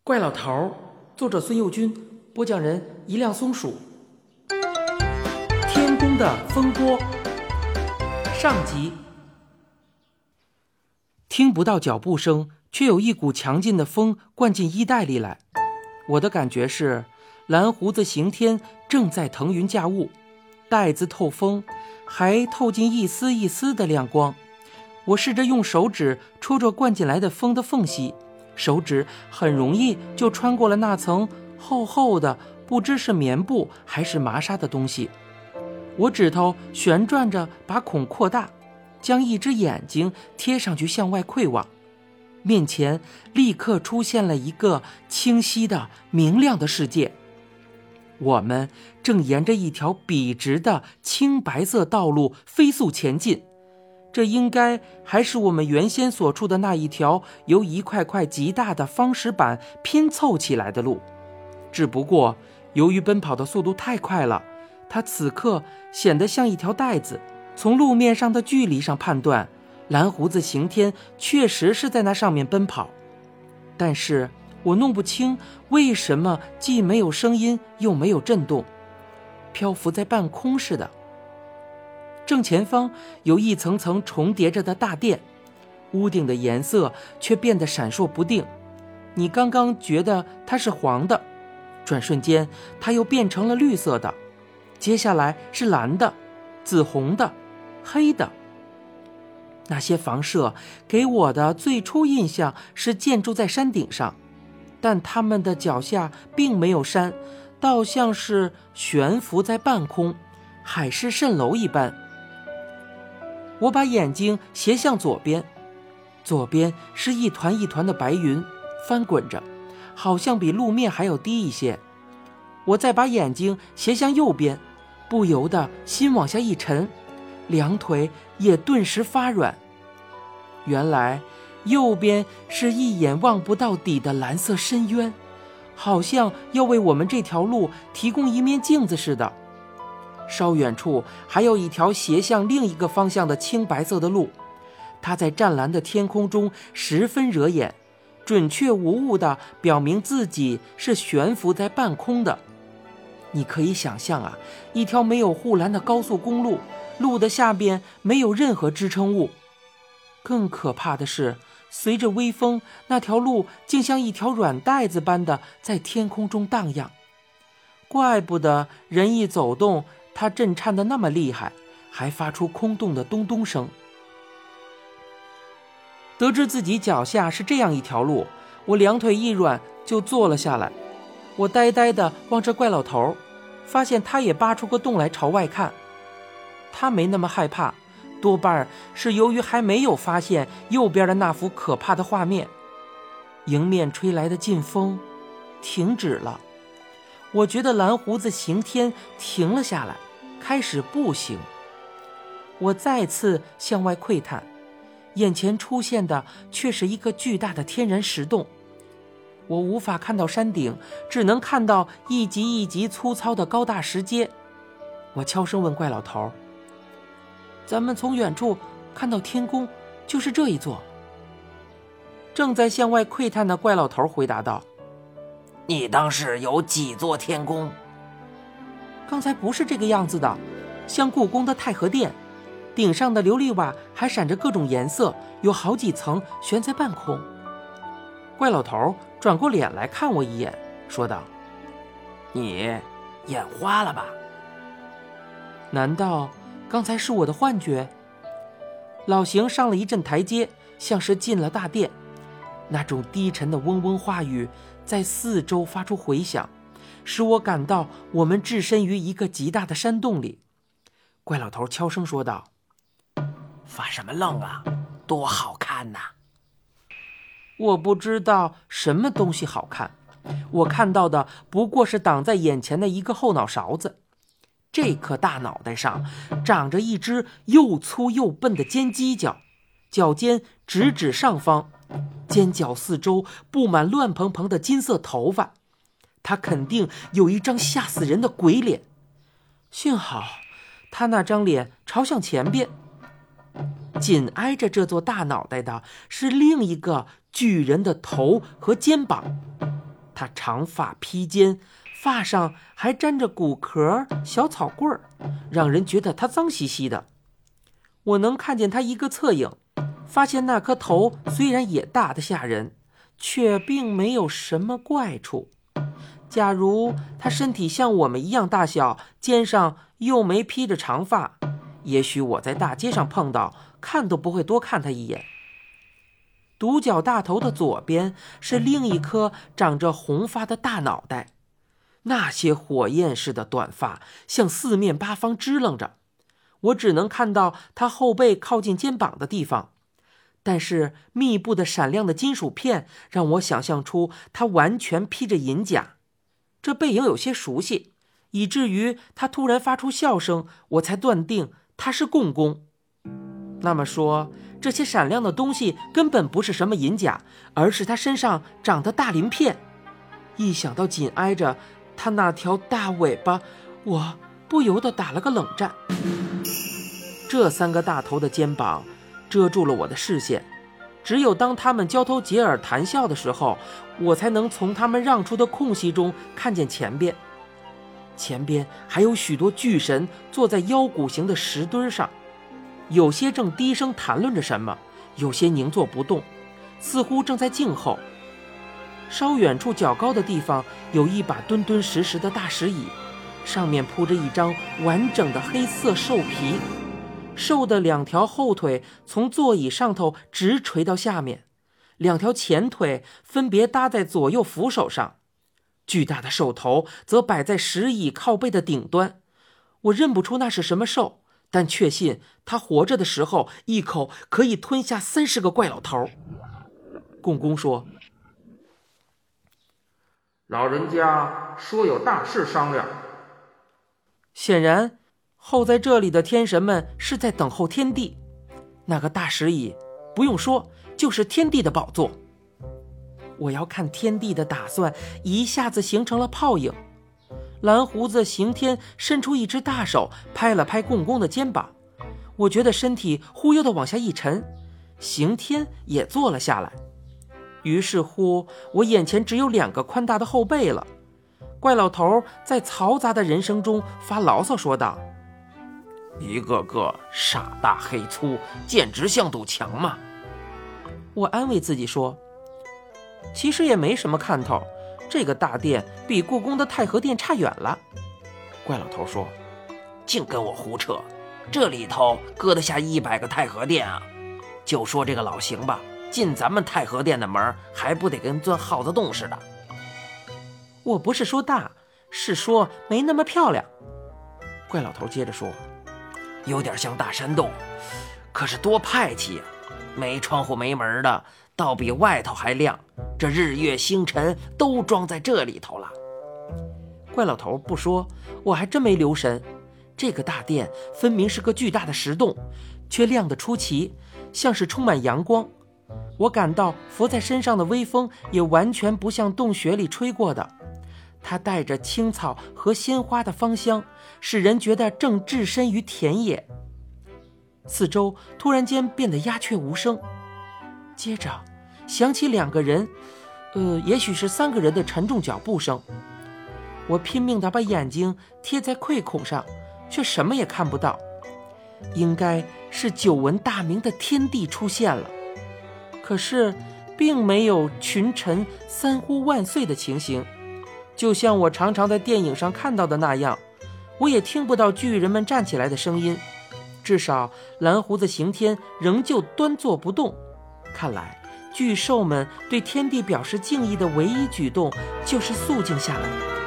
怪老头，作者孙幼军，播讲人一辆松鼠。天宫的风波上集。听不到脚步声，却有一股强劲的风灌进衣袋里来。我的感觉是，蓝胡子刑天正在腾云驾雾，袋子透风，还透进一丝一丝的亮光。我试着用手指戳着灌进来的风的缝隙，手指很容易就穿过了那层厚厚的不知是棉布还是麻纱的东西。我指头旋转着把孔扩大，将一只眼睛贴上去向外窥望，面前立刻出现了一个清晰的明亮的世界。我们正沿着一条笔直的青白色道路飞速前进，这应该还是我们原先所处的那一条由一块块极大的方石板拼凑起来的路，只不过由于奔跑的速度太快了，它此刻显得像一条带子。从路面上的距离上判断，蓝胡子刑天确实是在那上面奔跑，但是我弄不清为什么既没有声音又没有震动，漂浮在半空似的。正前方有一层层重叠着的大殿，屋顶的颜色却变得闪烁不定。你刚刚觉得它是黄的，转瞬间它又变成了绿色的，接下来是蓝的、紫红的、黑的。那些房舍给我的最初印象是建筑在山顶上，但它们的脚下并没有山，倒像是悬浮在半空，海市蜃楼一般。我把眼睛斜向左边，左边是一团一团的白云，翻滚着，好像比路面还要低一些。我再把眼睛斜向右边，不由得心往下一沉，两腿也顿时发软。原来右边是一眼望不到底的蓝色深渊，好像要为我们这条路提供一面镜子似的。稍远处还有一条斜向另一个方向的青白色的路，它在湛蓝的天空中十分惹眼，准确无误地表明自己是悬浮在半空的。你可以想象啊，一条没有护栏的高速公路，路的下边没有任何支撑物。更可怕的是，随着微风，那条路竟像一条软带子般的在天空中荡漾。怪不得人一走动，它震颤得那么厉害，还发出空洞的咚咚声。得知自己脚下是这样一条路，我两腿一软就坐了下来。我呆呆地望着怪老头，发现他也扒出个洞来朝外看。他没那么害怕，多半是由于还没有发现右边的那幅可怕的画面。迎面吹来的劲风停止了，我觉得蓝胡子刑天停了下来，开始步行。我再次向外窥探，眼前出现的却是一个巨大的天然石洞。我无法看到山顶，只能看到一级一级粗糙的高大石阶。我悄声问怪老头，咱们从远处看到天宫就是这一座？正在向外窥探的怪老头回答道， 你当是有几座天宫？ 刚才不是这个样子的，像故宫的太和殿，顶上的琉璃瓦还闪着各种颜色，有好几层悬在半空。怪老头转过脸来看我一眼，说道， 你眼花了吧？ 难道刚才是我的幻觉？老邢上了一阵台阶，像是进了大殿，那种低沉的嗡嗡话语在四周发出回响，使我感到我们置身于一个极大的山洞里。怪老头悄声说道， 发什么愣啊，多好看呐！ 我不知道什么东西好看，我看到的不过是挡在眼前的一个后脑勺子。这颗大脑袋上长着一只又粗又笨的尖犄角，角尖直指上方，尖角四周布满乱蓬蓬的金色头发。他肯定有一张吓死人的鬼脸，幸好他那张脸朝向前边。紧挨着这座大脑袋的是另一个巨人的头和肩膀， 他长发披肩，发上还沾着骨壳、小草棍儿，让人觉得他脏兮兮的。我能看见他一个侧影，发现那颗头虽然也大得吓人，却并没有什么怪处。假如他身体像我们一样大小，肩上又没披着长发，也许我在大街上碰到，看都不会多看他一眼。独角大头的左边是另一颗长着红发的大脑袋，那些火焰似的短发向四面八方支棱着，我只能看到他后背靠近肩膀的地方，但是密布的闪亮的金属片让我想象出他完全披着银甲。这背影有些熟悉，以至于他突然发出笑声，我才断定他是共工。那么说，这些闪亮的东西根本不是什么银甲，而是他身上长的大鳞片。一想到紧挨着他那条大尾巴，我不由得打了个冷战。这三个大头的肩膀遮住了我的视线，只有当他们交头接耳谈笑的时候，我才能从他们让出的空隙中看见前边还有许多巨神坐在腰鼓形的石墩上，有些正低声谈论着什么，有些凝坐不动，似乎正在静候。稍远处较高的地方有一把敦敦实实的大石椅，上面铺着一张完整的黑色兽皮，兽的两条后腿从座椅上头直垂到下面，两条前腿分别搭在左右扶手上，巨大的兽头则摆在石椅靠背的顶端。我认不出那是什么兽，但确信它活着的时候一口可以吞下30个怪老头。共工说：“ 老人家说有大事商量。” 显然候在这里的天神们是在等候天帝。那个大石椅不用说，就是天帝的宝座。我要看天帝的打算一下子形成了泡影。蓝胡子刑天伸出一只大手拍了拍共工的肩膀，我觉得身体忽悠地往下一沉，刑天也坐了下来。于是乎，我眼前只有2个宽大的后背了。怪老头在嘈杂的人声中发牢骚说道：“ 一个个傻大黑粗，简直像堵墙嘛。” 我安慰自己说，其实也没什么看头，这个大殿比故宫的太和殿差远了。 怪老头说：“净跟我胡扯，这里头搁得下100个太和殿啊！就说这个老邢吧，进咱们太和殿的门还不得跟钻耗子洞似的。” 我不是说大，是说没那么漂亮。怪老头接着说：“ 有点像大山洞，可是多派气呀！没窗户没门的，倒比外头还亮，这日月星辰都装在这里头了。” 怪老头不说，我还真没留神。这个大殿分明是个巨大的石洞，却亮得出奇，像是充满阳光。我感到浮在身上的微风也完全不像洞穴里吹过的，它带着青草和鲜花的芳香，使人觉得正置身于田野。四周突然间变得鸦雀无声，接着响起2个人，也许是3个人的沉重脚步声。我拼命地把眼睛贴在窥孔上，却什么也看不到。应该是久闻大名的天帝出现了，可是并没有群臣三呼万岁的情形，就像我常常在电影上看到的那样。我也听不到巨人们站起来的声音，至少蓝胡子刑天仍旧端坐不动。看来巨兽们对天帝表示敬意的唯一举动就是肃静下来。